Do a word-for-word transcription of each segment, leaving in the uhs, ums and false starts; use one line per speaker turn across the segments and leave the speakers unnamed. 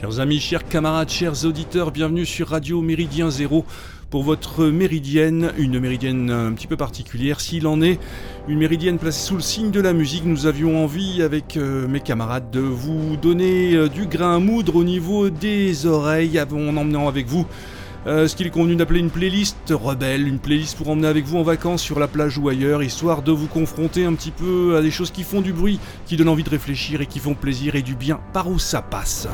Chers amis, chers camarades, chers auditeurs, bienvenue sur Radio Méridien Zéro pour votre méridienne, une méridienne un petit peu particulière s'il en est, une méridienne placée sous le signe de la musique. Nous avions envie avec euh, mes camarades de vous donner euh, du grain à moudre au niveau des oreilles en emmenant avec vous Euh, ce qu'il est convenu d'appeler une playlist rebelle, une playlist pour emmener avec vous en vacances sur la plage ou ailleurs, histoire de vous confronter un petit peu à des choses qui font du bruit, qui donnent envie de réfléchir et qui font plaisir et du bien par où ça passe.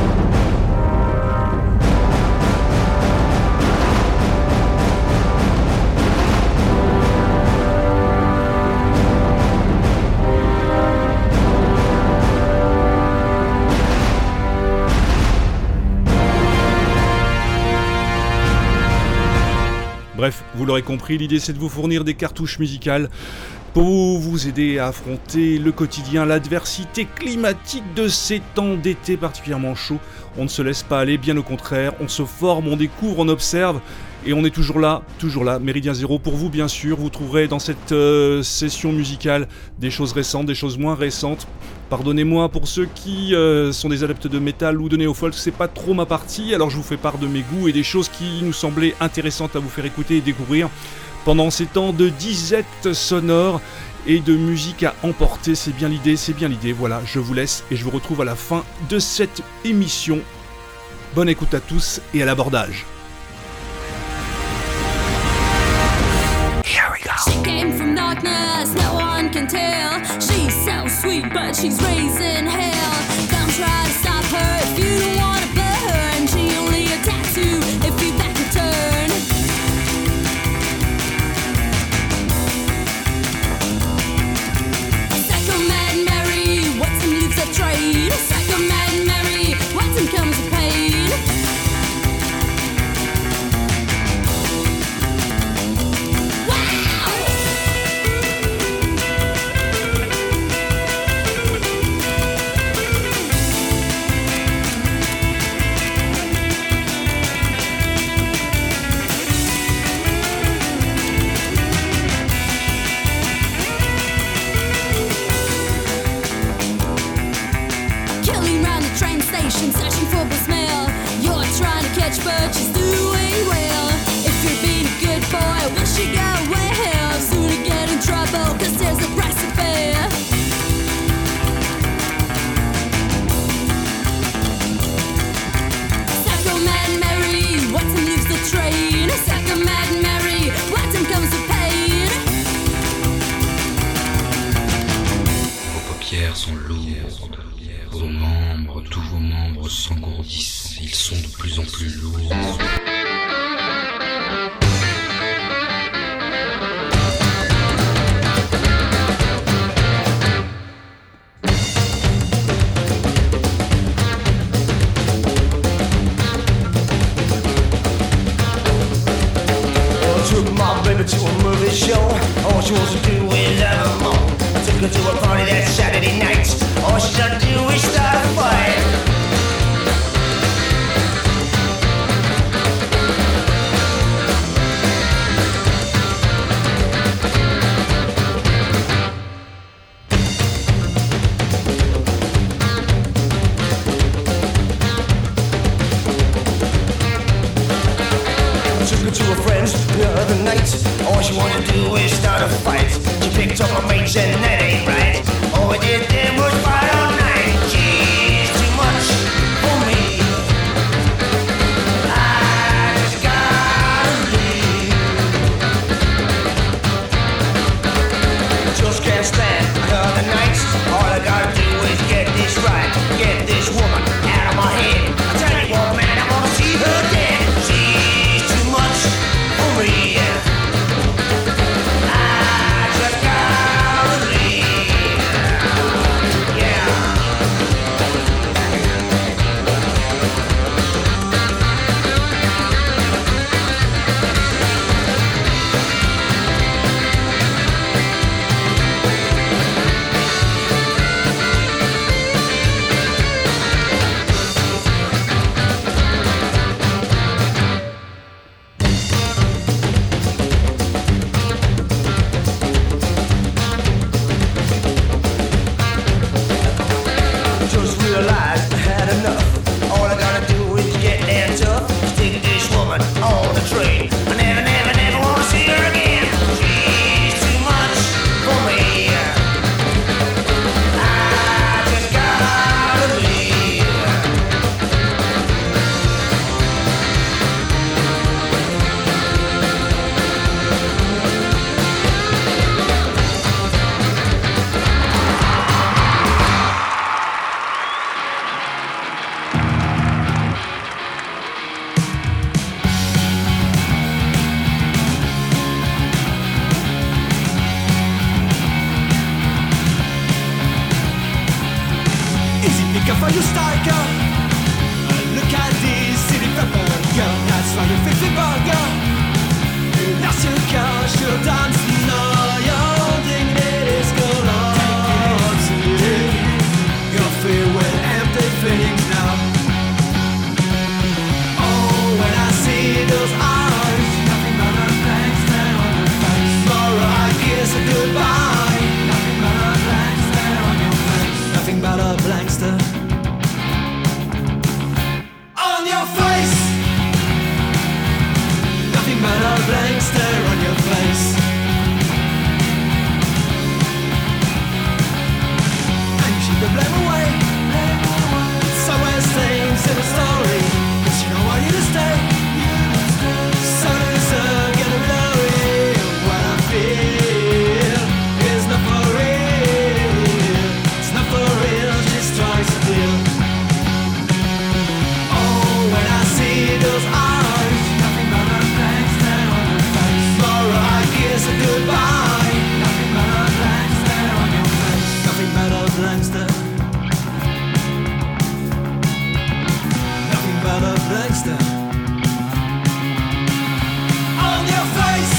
Bref, vous l'aurez compris, l'idée c'est de vous fournir des cartouches musicales pour vous aider à affronter le quotidien, l'adversité climatique de ces temps d'été particulièrement chauds. On ne se laisse pas aller, bien au contraire, on se forme, on découvre, on observe et on est toujours là, toujours là, Méridien Zéro pour vous bien sûr. Vous trouverez dans cette euh, session musicale des choses récentes, des choses moins récentes. Pardonnez-moi pour ceux qui euh, sont des adeptes de métal ou de néo-folk, c'est pas trop ma partie, alors je vous fais part de mes goûts et des choses qui nous semblaient intéressantes à vous faire écouter et découvrir pendant ces temps de disette sonore et de musique à emporter. C'est bien l'idée, c'est bien l'idée. Voilà, je vous laisse et je vous retrouve à la fin de cette émission. Bonne écoute à tous et à l'abordage. Here we go.
She came from darkness, no one can tell. She's so sweet, but she's raising hell. Don't try to stop her if you don't want to burn. She only attacks you if you back a turn. Psycho Mad Mary, what's him leaves a trade. Psycho Mad Mary, what's him comes a pain. Searching for the smell. You're trying to catch, but she's doing well. If you're being a good boy, will she go well? Soon to get in trouble, cause there's a price to pay. Psycho Mad Mary, what's him leaves the train. Psycho Mad Mary, what's him comes the pain.
Vos paupières sont lourdes. Vos membres, tous vos membres s'engourdissent, ils sont de plus en plus lourds.
Took my baby to a movie show. All she wants to do is have a mo. I took her to a party that Saturday night. All she got to do is start a fight. I took her to her friends the other night. All she wanted to do is start a fight. She picked up her mates and that ain't right. All we did then was fight all night. She's too much for me. I just gotta leave. Just can't stand another night. All I gotta do is get this right. Get this woman out of my head. I tell you what, man, I wanna see her dead. She's too much for me. I just gotta leave. you striker. Look at this city pepper girl, that's why you feel the burger. Lost your car, sure dance, no, your dignity is collapse. You're filled with empty feelings now. Oh, when I see those eyes, nothing but a blank stare on your face. Tomorrow I kiss a goodbye. Nothing but a blank stare on your face. Nothing but a blank stare on your face. Nothing but a blank stare on your face. And you should the blame away. It's always same simple story. But you know I need to stay. So deserve get a glory. What I feel is not for real. It's not for real, just tries to deal. Oh, when I see those eyes, nothing but a blank stare on your face. Tomorrow I kiss a goodbye. Nothing but a blank stare on your face. Nothing but a blank stare. Nothing but a blank stare on your face.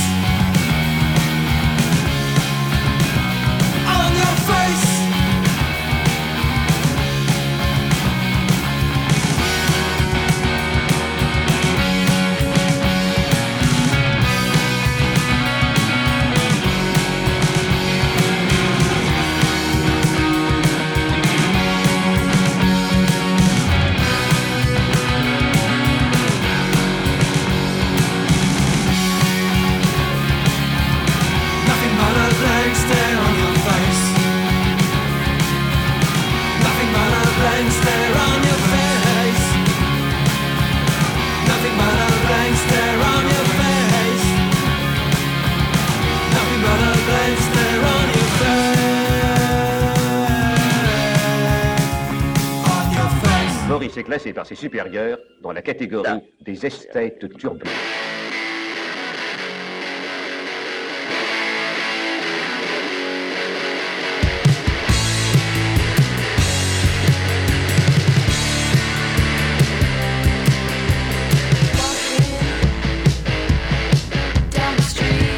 On your face. Nothing but a blank stare on your face. Nothing but a blank stare on your face. Nothing but a blank stare on your face. Nothing but a blank stare on your face. On your face.
Maurice est classé par ses supérieurs dans la catégorie des esthètes turbulents.
Down the street,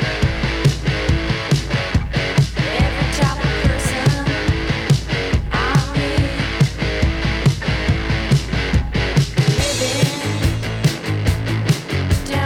every type of person I meet, living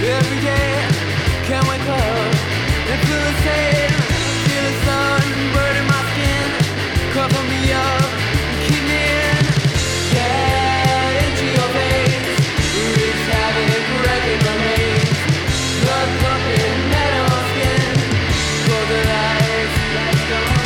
every day. Can't wake up and feel the same. Feel the sun burning my skin. Cover me up and keep me in. Get into your veins. Wreaks havoc, wrecking my veins. Blood pumping, metal skin. Close the lights, lights gone.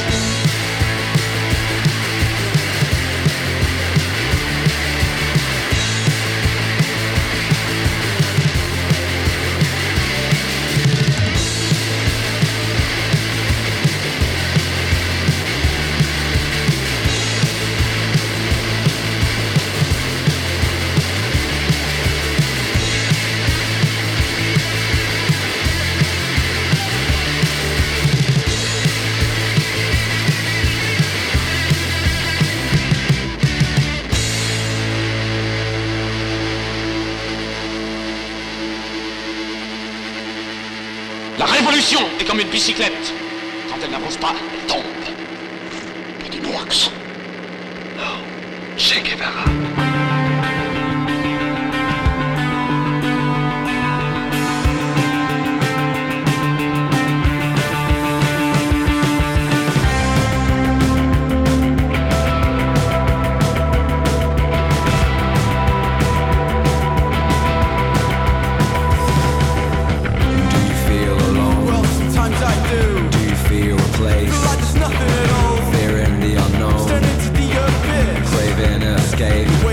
La révolution est comme une bicyclette. Quand elle n'avance pas, elle tombe. Et du Noax. Oh, Che Guevara.
Feel like there's nothing at all.
Fear in the unknown.
Stand into the abyss.
Craving escape.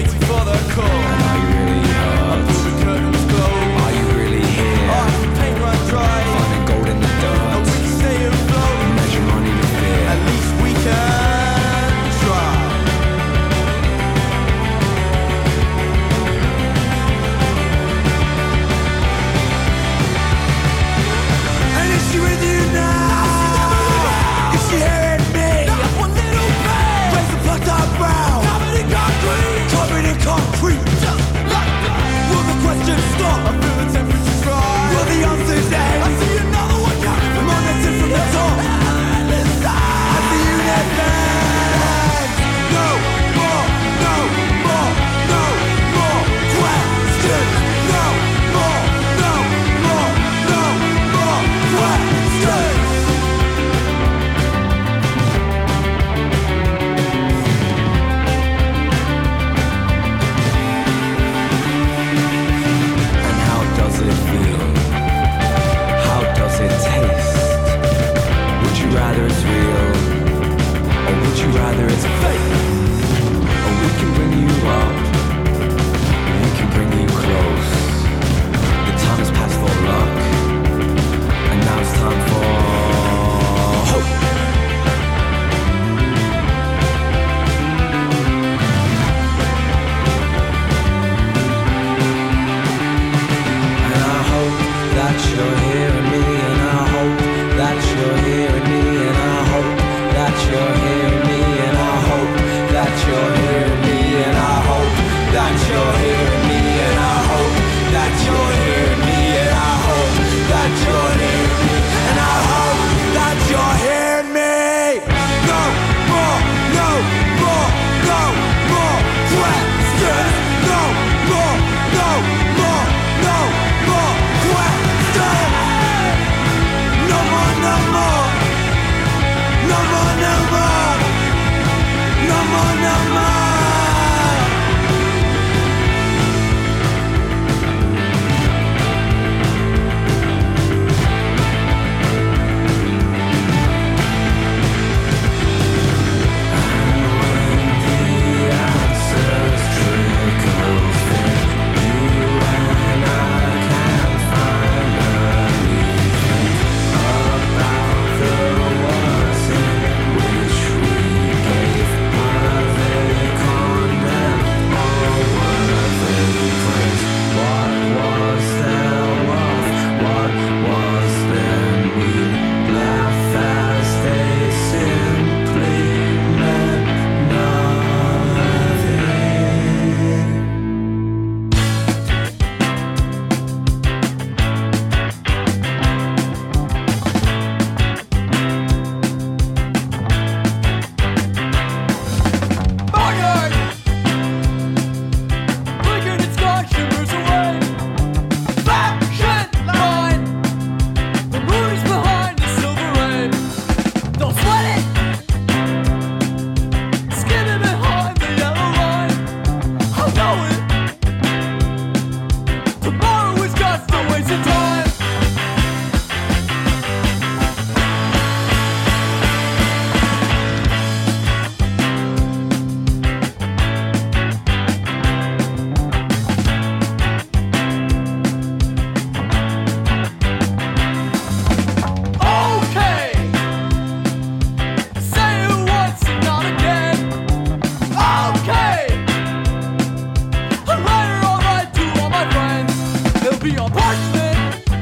parchment,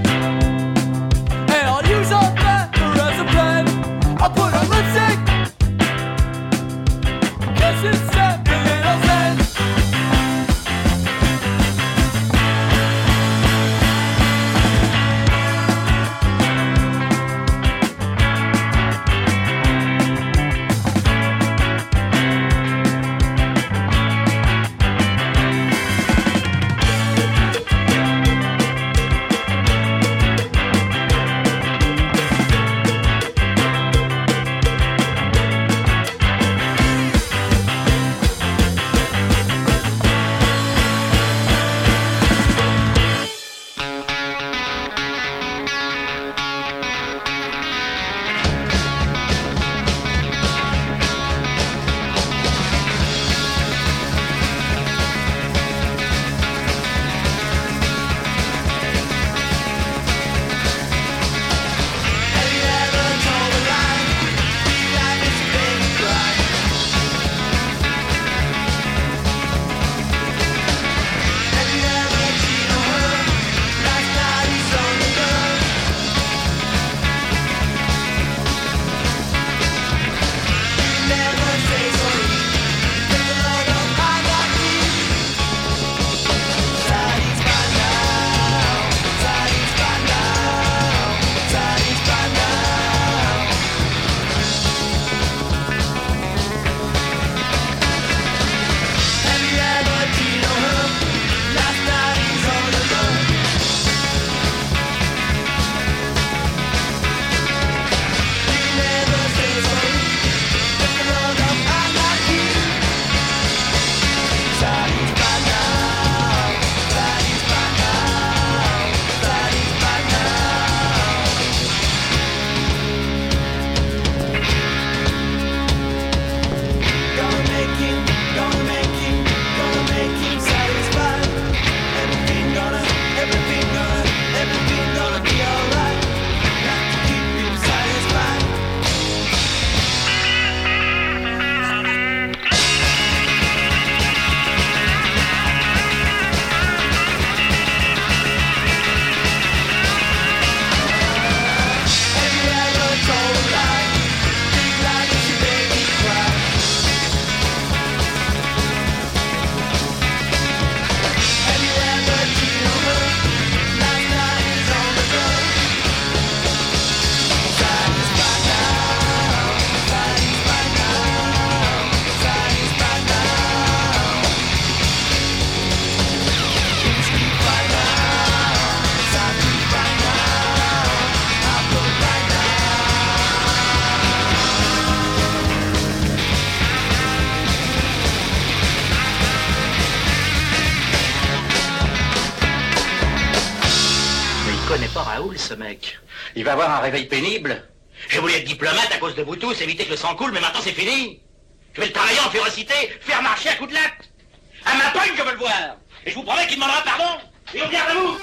and I'll use all that as a pen. I'll put on lipstick, kiss it, step, and then I'll send.
Ce mec. Il va avoir un réveil pénible. J'ai voulu être diplomate à cause de vous tous, éviter que le sang coule, mais maintenant c'est fini. Je vais le travailler en férocité, faire marcher à coups de latte. À ma pogne, je veux le voir. Et je vous promets qu'il demandera pardon. Et on garde à vous.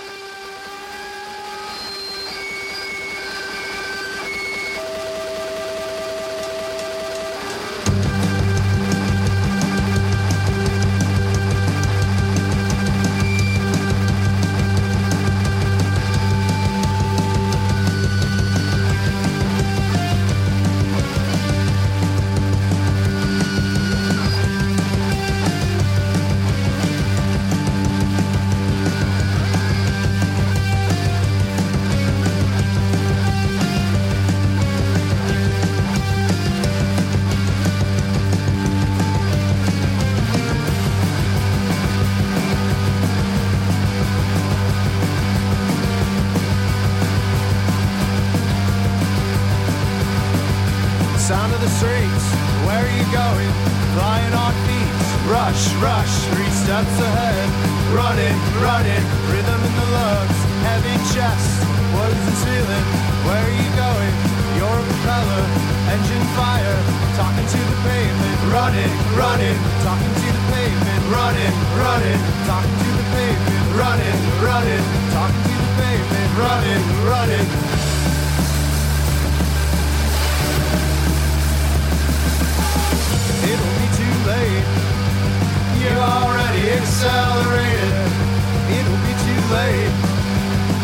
Sound of the streets, where are you going? Flying on feet, rush, rush, three steps ahead. Running, running, rhythm in the lungs, heavy chest. What is this feeling? Where are you going? You're a propeller, engine fire, talking to the pavement. Running, running, talking to the pavement. Running, running, talking to the pavement. Running, running, talking to the pavement. Running, running. It'll be too late. You already accelerated. It'll be too late.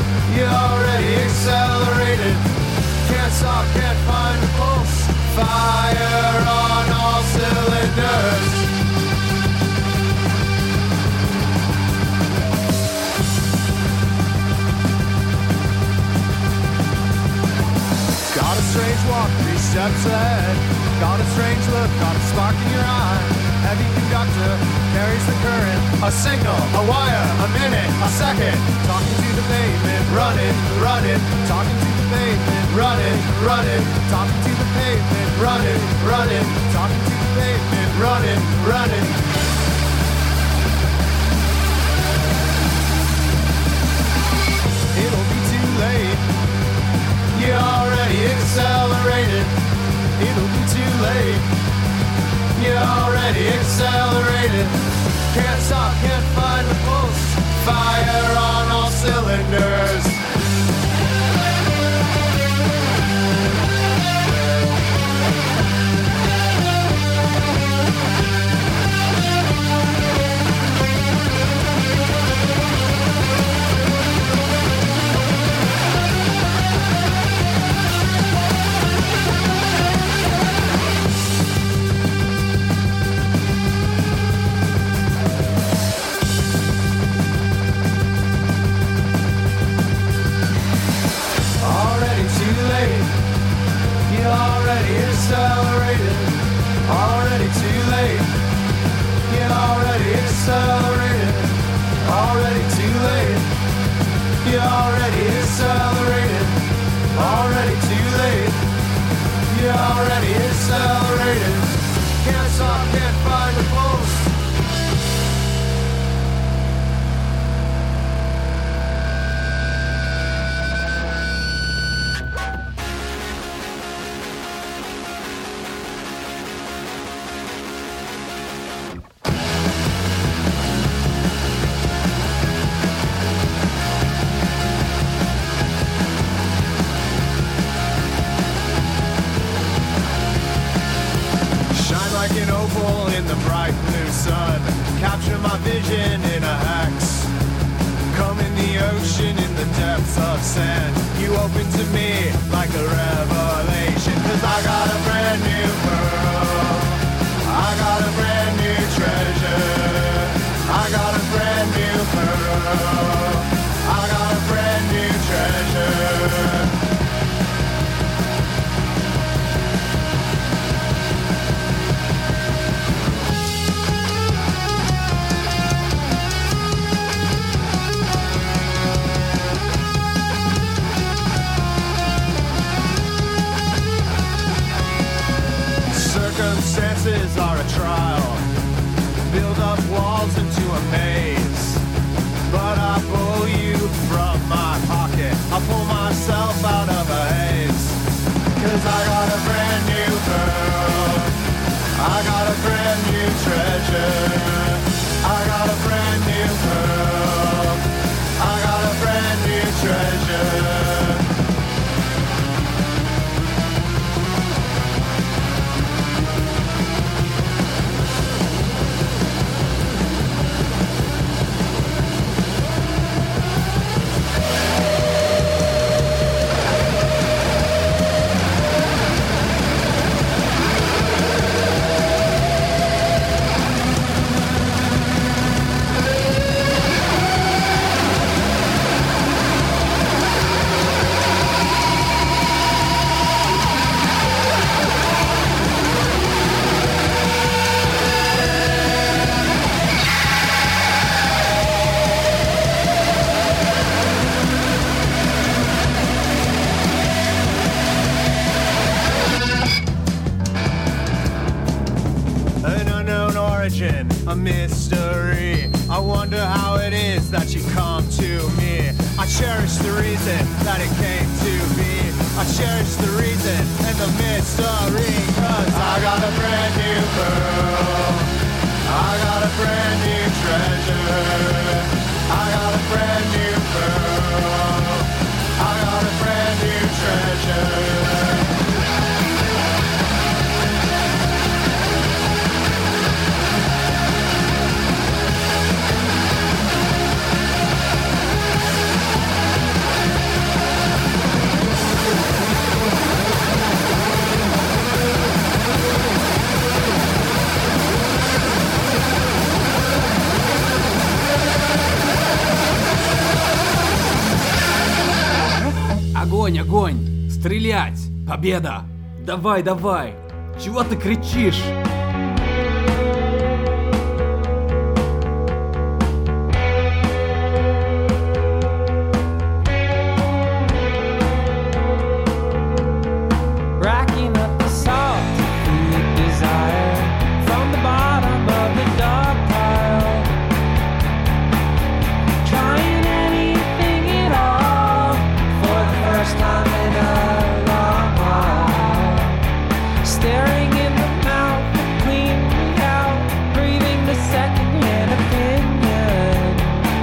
strange walk, three steps ahead. Got a strange look, got a spark in your eye. Heavy conductor carries the current. A signal, a wire, a minute, a second. Talking to the pavement, running, running. Talking to the pavement, running, running. Talking to the pavement, running, running. Talking to the pavement, running, running. It'll be too late. You already accelerated. It'll be too late. You already accelerated. Can't stop, can't find the pulse. Fire on all cylinders. Accelerated, already too late. You already accelerated, already too late. You already accelerated, already too late. You already accelerated. Can't stop, can't find the pulse. In the bright blue sun, capture my vision in a hex. Come in the ocean, in the depths of sand. You open to me like a revelation. Cause I got a brand new pearl, I got a brand new treasure. I got a brand new pearl, I got a brand new treasure. Circumstances are a trial, build up walls into a maze. But I pull you from my pocket, I pull myself out of a haze. Cause I got a brand new pearl, I got a brand new treasure. I got a brand new pearl, I got a brand new treasure. A mystery. I wonder how it is that you come to me. I cherish the reason that it came to be. I cherish the reason and the mystery. Cause I got a brand new pearl, I got a brand new treasure. I got a brand new pearl, I got a brand new treasure.
Огонь, огонь! Стрелять! Победа! Давай, давай! Чего ты кричишь?
Racking up the salt to feed desire from the bottom of the dog pile. Trying anything at all for the first time in a long while. Staring in the mouth, cleanly out, breathing the second-hand opinion.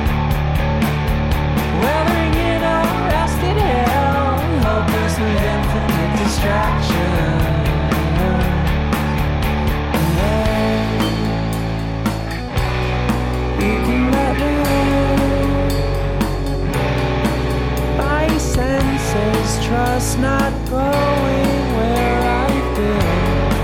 Weathering in a rusted hell, hopeless with infinite distraction. And then you can let me in. My senses trust not going where I've been.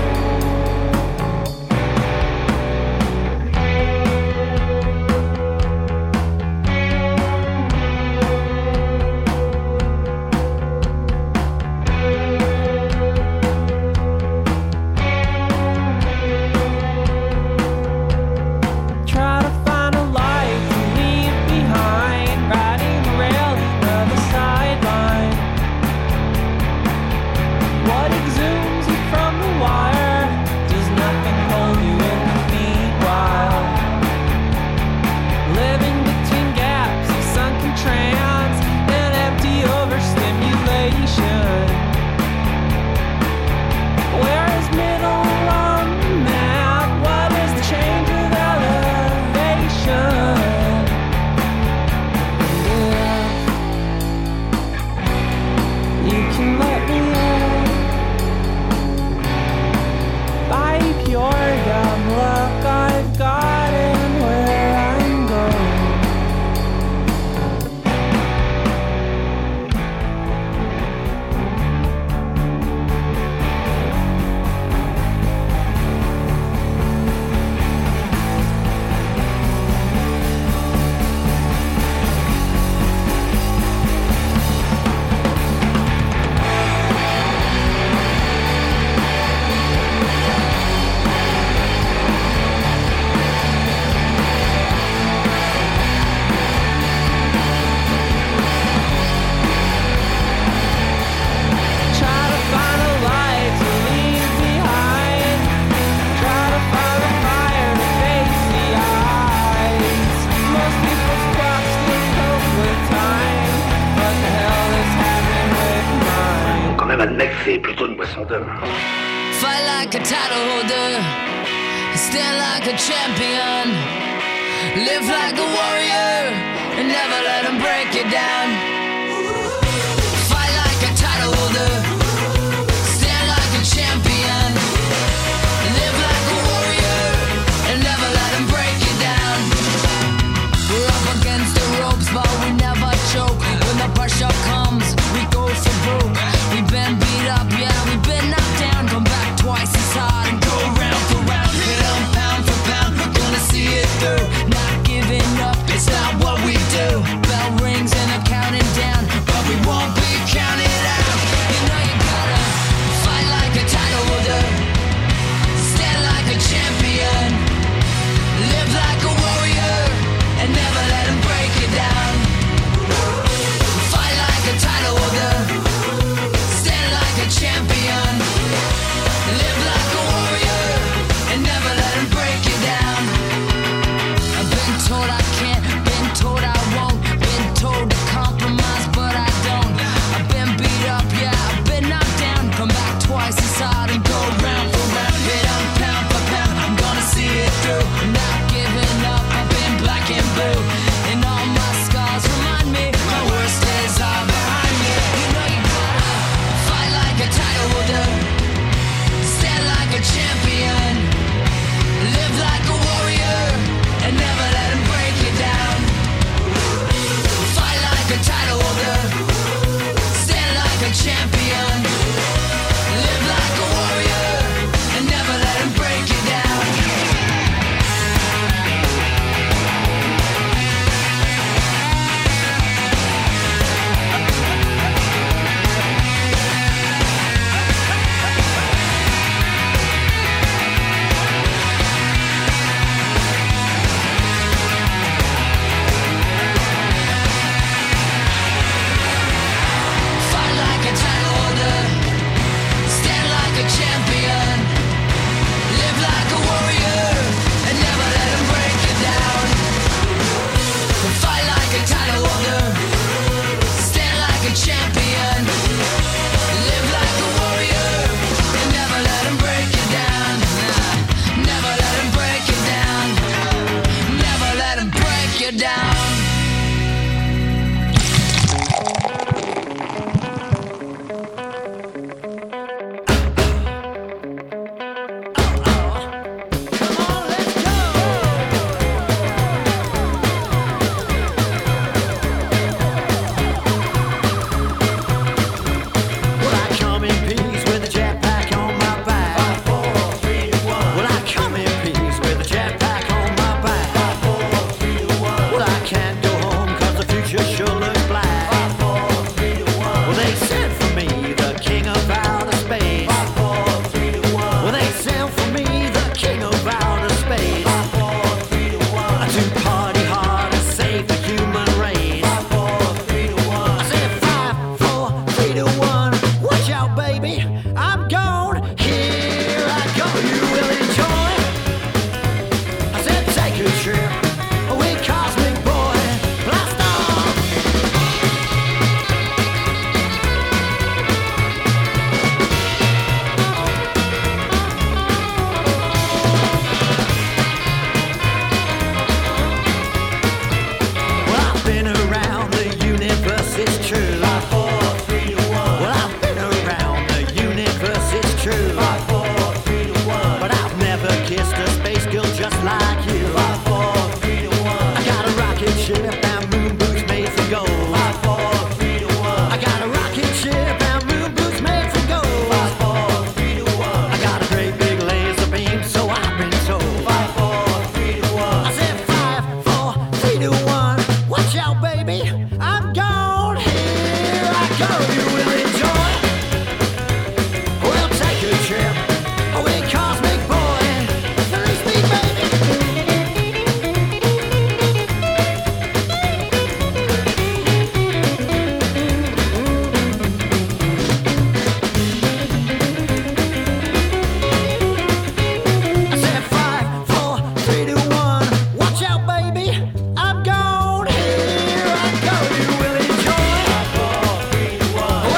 Try to find a light to leave behind, riding the railing of the sideline. What exhumes you from the wire? Does nothing hold you in the meanwhile? Living between gaps of sunken trance and empty overstimulation. Where is middle on the map? What is the change of elevation? And if you can let me in by pure dumb luck, I've gotten where I'm going. Try to find a light to leave behind. Try to find a fire to face the eyes. Most people's clocks still cope with time. What the hell is happening with mine?
Quand même, un mec, c'est plutôt une boisson d'homme.
Fight like a title holder, stand like a champion, live like a warrior, and never let them break you down. Fight like a title holder, stand like a champion, live like a warrior, and never let them break you down. We're up against the ropes, but we never choke. When the pressure comes, we go for broke. We've been beat up, yeah, we've been knocked down. Come back twice as hard and go round for round. Hit 'em pound for pound, we're gonna see it through. Not giving up, it's not what we do. Bell rings and they're counting down, but we won't be counted out. You know you gotta fight like a title holder, stand like a champion, live like a warrior, and never let them break you down. Fight like
Watch out, baby, I'm gone. Here I go.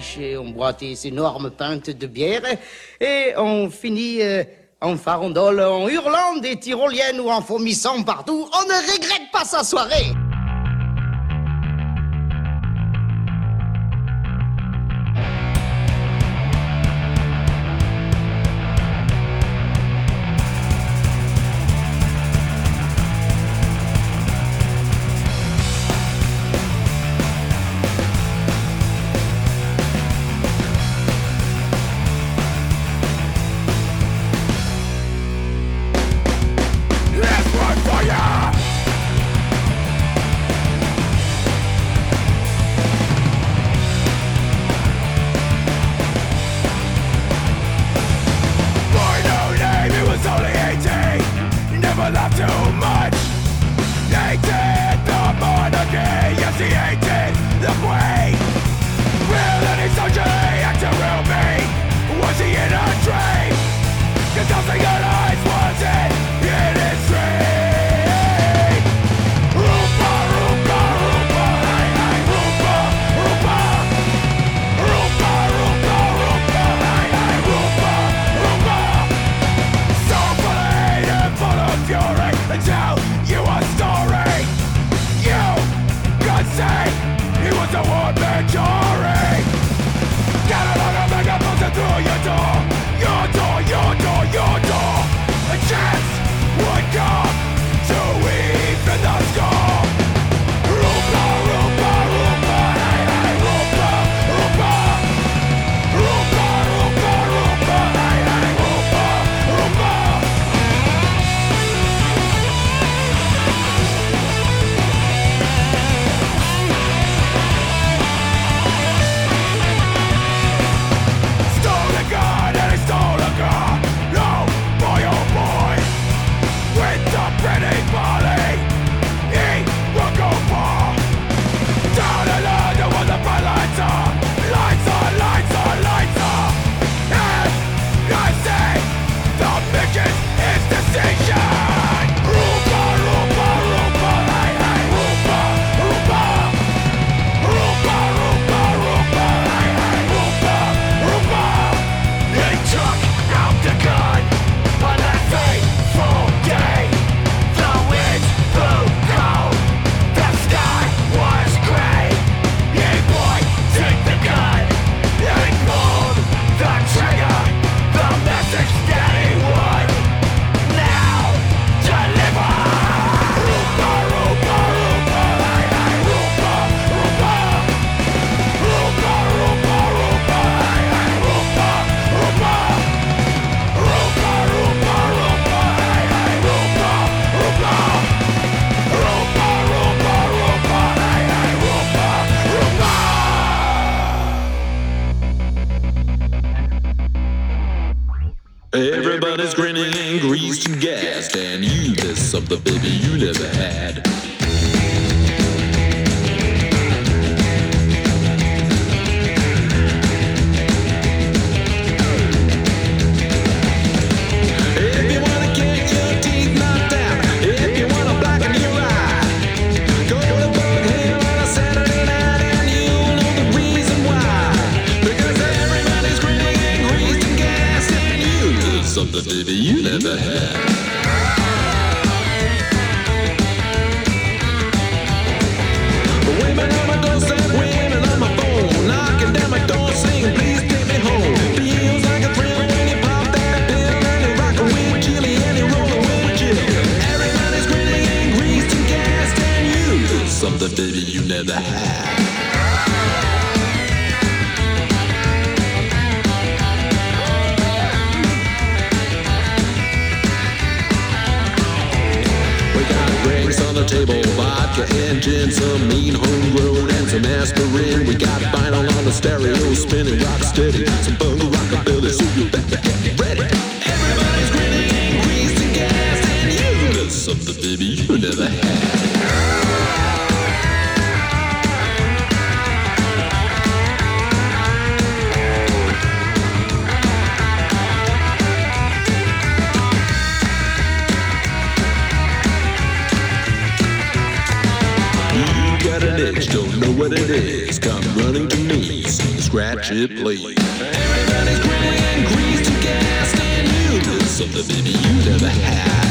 pêche, et on boit des énormes pintes de bière, et on finit euh, en farandole, en hurlant des tyroliennes ou en vomissant partout. On ne regrette pas sa soirée.
Everybody's grinning and greased and gassed, and you miss something, baby, you never had. If you wanna get your teeth knocked out, if you wanna blacken your eye, go to Bug Hill on a Saturday night and you'll know the reason why. Because everybody's grinning and greased and gassed, and you miss something, baby, you never had. Women on my doorstep, women on my phone, knocking down my door, saying, please take me home. Feels like a thrill when you pop that pill and you rock with Jilly and you roll with Jill. Everybody's grinning and greased and gassed, and you something, baby, you never had. Drinks on the table, vodka and gin, some mean homegrown and some aspirin. We got vinyl on the stereo, spinning rock steady, some bungle rockabilly, so you better get ready. Everybody's grinning and greased and gassed, and you got something, baby, you never had. Don't know what it is, come running to me, sing, scratch hit play. Everybody's grinning and greased to gas and you is something baby you never had.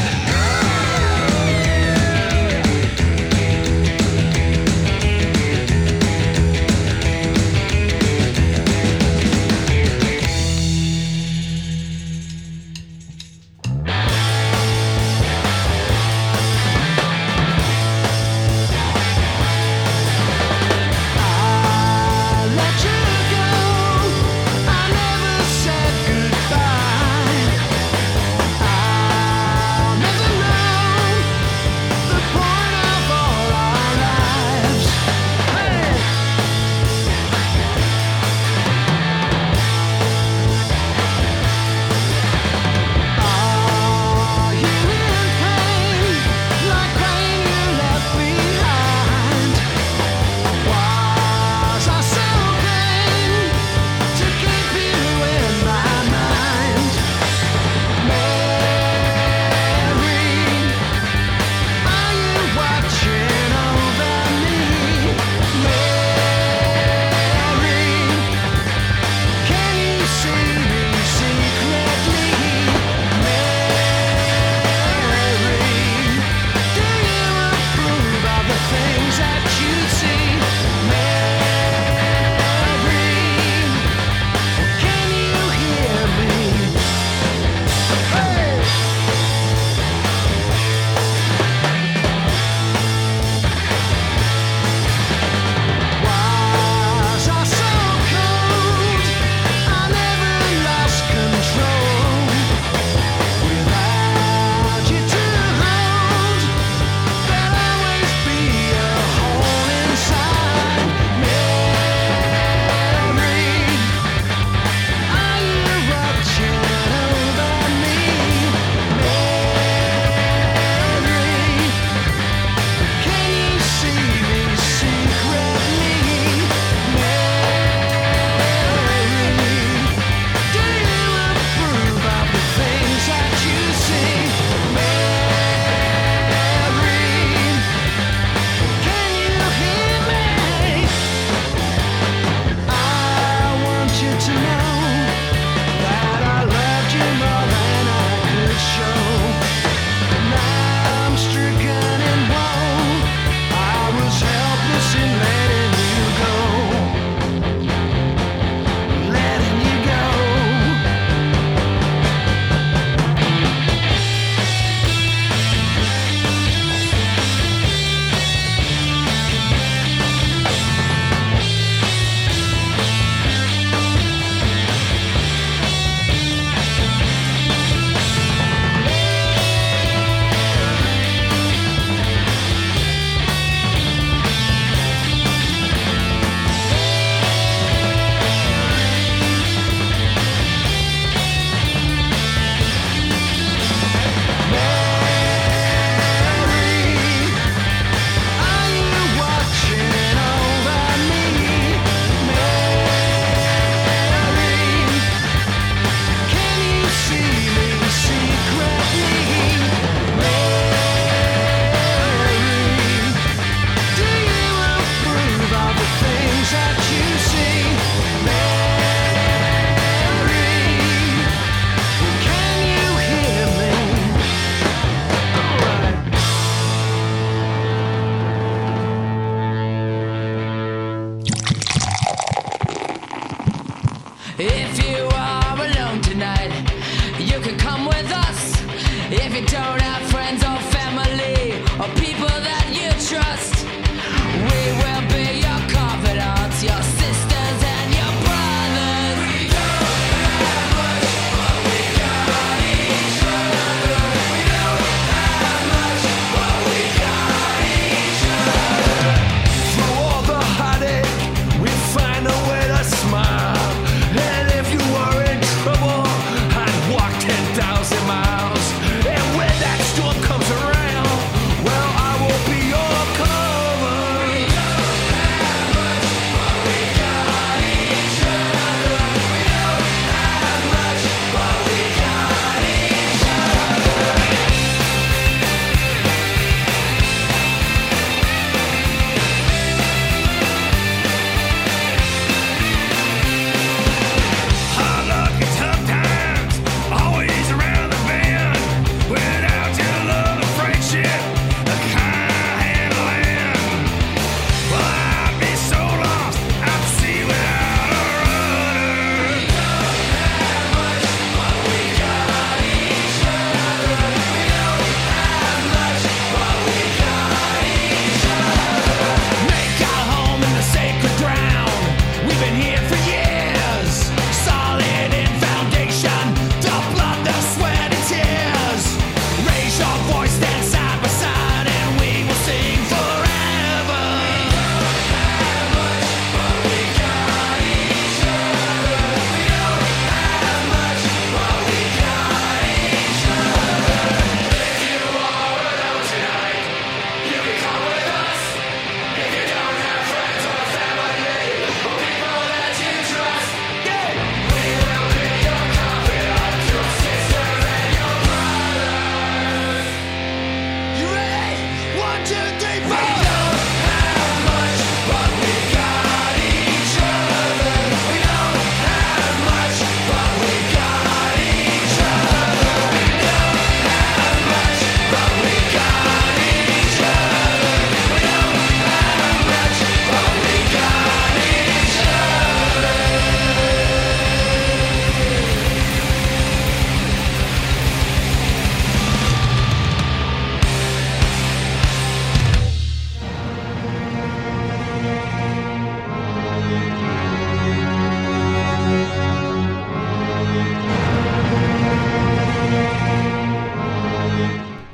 Well, I will be your cover.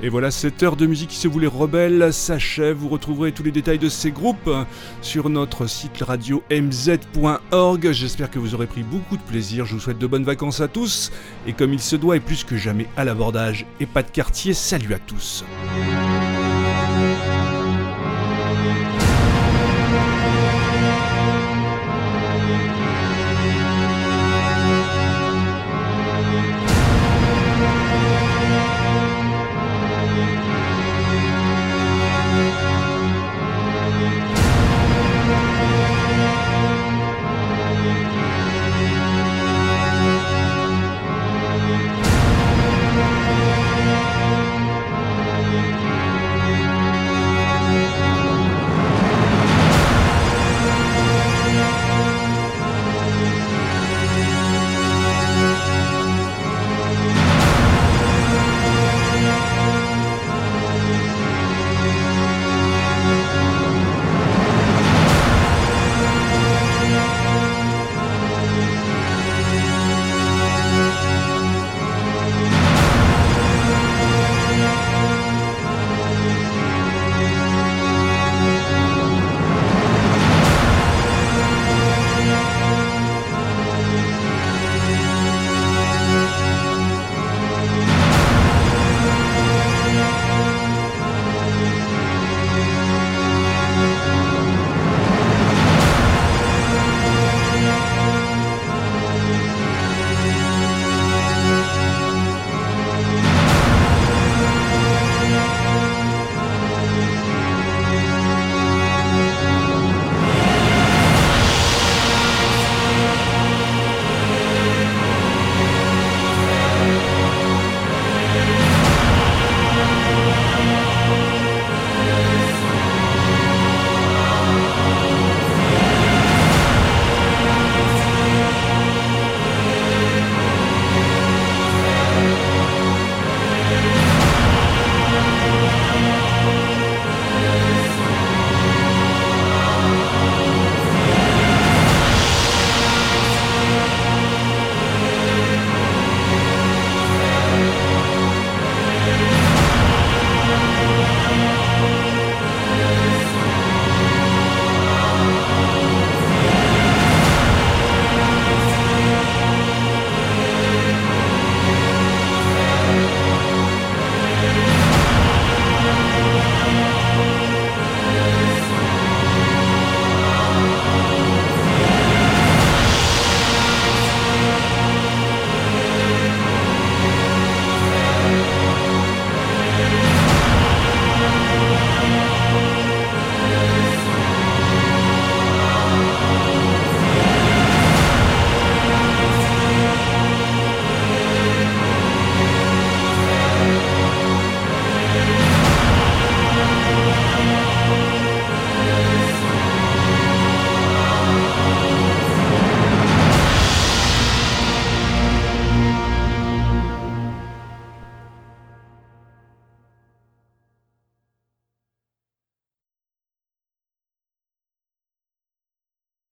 Et voilà, cette heure de musique qui se voulait rebelle s'achève. Vous retrouverez tous les détails de ces groupes sur notre site radio m z point org. J'espère que vous aurez pris beaucoup de plaisir. Je vous souhaite de bonnes vacances à tous. Et comme il se doit et plus que jamais à l'abordage et pas de quartier, salut à tous.